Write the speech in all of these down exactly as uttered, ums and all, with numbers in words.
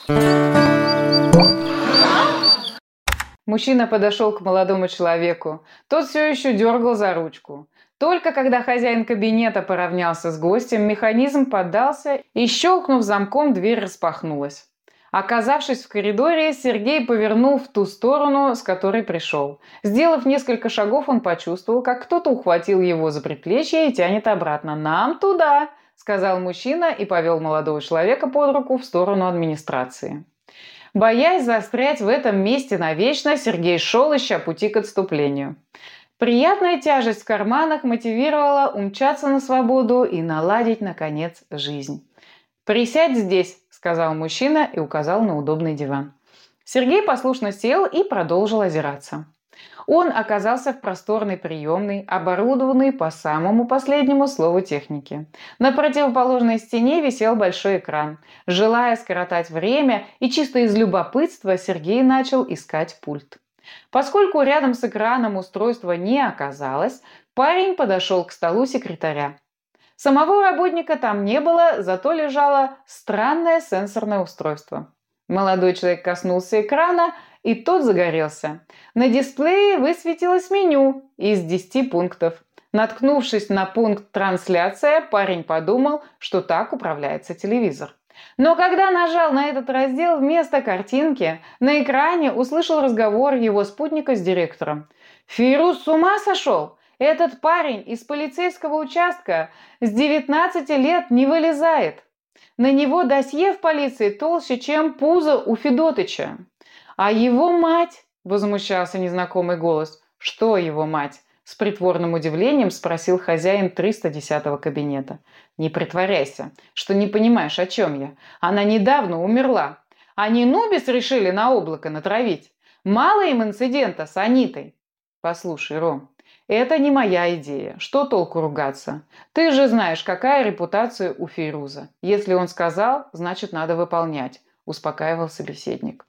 Мужчина подошел к молодому человеку. Тот все еще дергал за ручку. Только когда хозяин кабинета поравнялся с гостем, механизм поддался и, щелкнув замком, дверь распахнулась. Оказавшись в коридоре, Сергей повернул в ту сторону, с которой пришел. Сделав несколько шагов, он почувствовал, как кто-то ухватил его за предплечье и тянет обратно. «Нам туда!» – сказал мужчина и повел молодого человека под руку в сторону администрации. Боясь застрять в этом месте навечно, Сергей шел, ища пути к отступлению. Приятная тяжесть в карманах мотивировала умчаться на свободу и наладить, наконец, жизнь. «Присядь здесь», — сказал мужчина и указал на удобный диван. Сергей послушно сел и продолжил озираться. Он оказался в просторной приемной, оборудованной по самому последнему слову техники. На противоположной стене висел большой экран. Желая скоротать время и чисто из любопытства, Сергей начал искать пульт. Поскольку рядом с экраном устройства не оказалось, парень подошел к столу секретаря. Самого работника там не было, зато лежало странное сенсорное устройство. Молодой человек коснулся экрана, и тот загорелся. На дисплее высветилось меню из десяти пунктов. Наткнувшись на пункт «Трансляция», парень подумал, что так управляется телевизор. Но когда нажал на этот раздел, вместо картинки на экране услышал разговор его спутника с директором. «Фирус с ума сошел? Этот парень из полицейского участка с девятнадцати лет не вылезает. На него досье в полиции толще, чем пузо у Федотыча. А его мать?» – возмущался незнакомый голос. «Что его мать?» – с притворным удивлением спросил хозяин триста десятого кабинета. «Не притворяйся, что не понимаешь, о чем я. Она недавно умерла. Они Нубис решили на облако натравить. Мало им инцидента с Анитой». «Послушай, Ром, это не моя идея. Что толку ругаться? Ты же знаешь, какая репутация у Фейруза. Если он сказал, значит, надо выполнять», – успокаивал собеседник.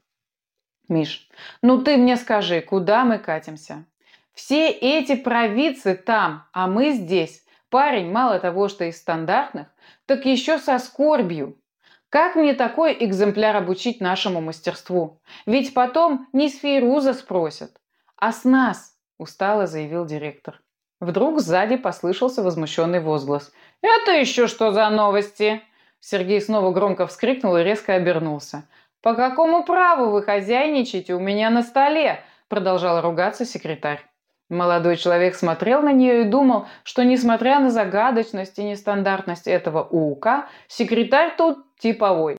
«Миш, ну ты мне скажи, куда мы катимся? Все эти провидцы там, а мы здесь. Парень мало того, что из стандартных, так еще со скорбью. Как мне такой экземпляр обучить нашему мастерству? Ведь потом не с Фейруза спросят, а с нас», – устало заявил директор. Вдруг сзади послышался возмущенный возглас. «Это еще что за новости?» Сергей снова громко вскрикнул и резко обернулся. «По какому праву вы хозяйничаете у меня на столе?» – продолжал ругаться секретарь. Молодой человек смотрел на нее и думал, что, несмотря на загадочность и нестандартность этого УК, секретарь тут типовой.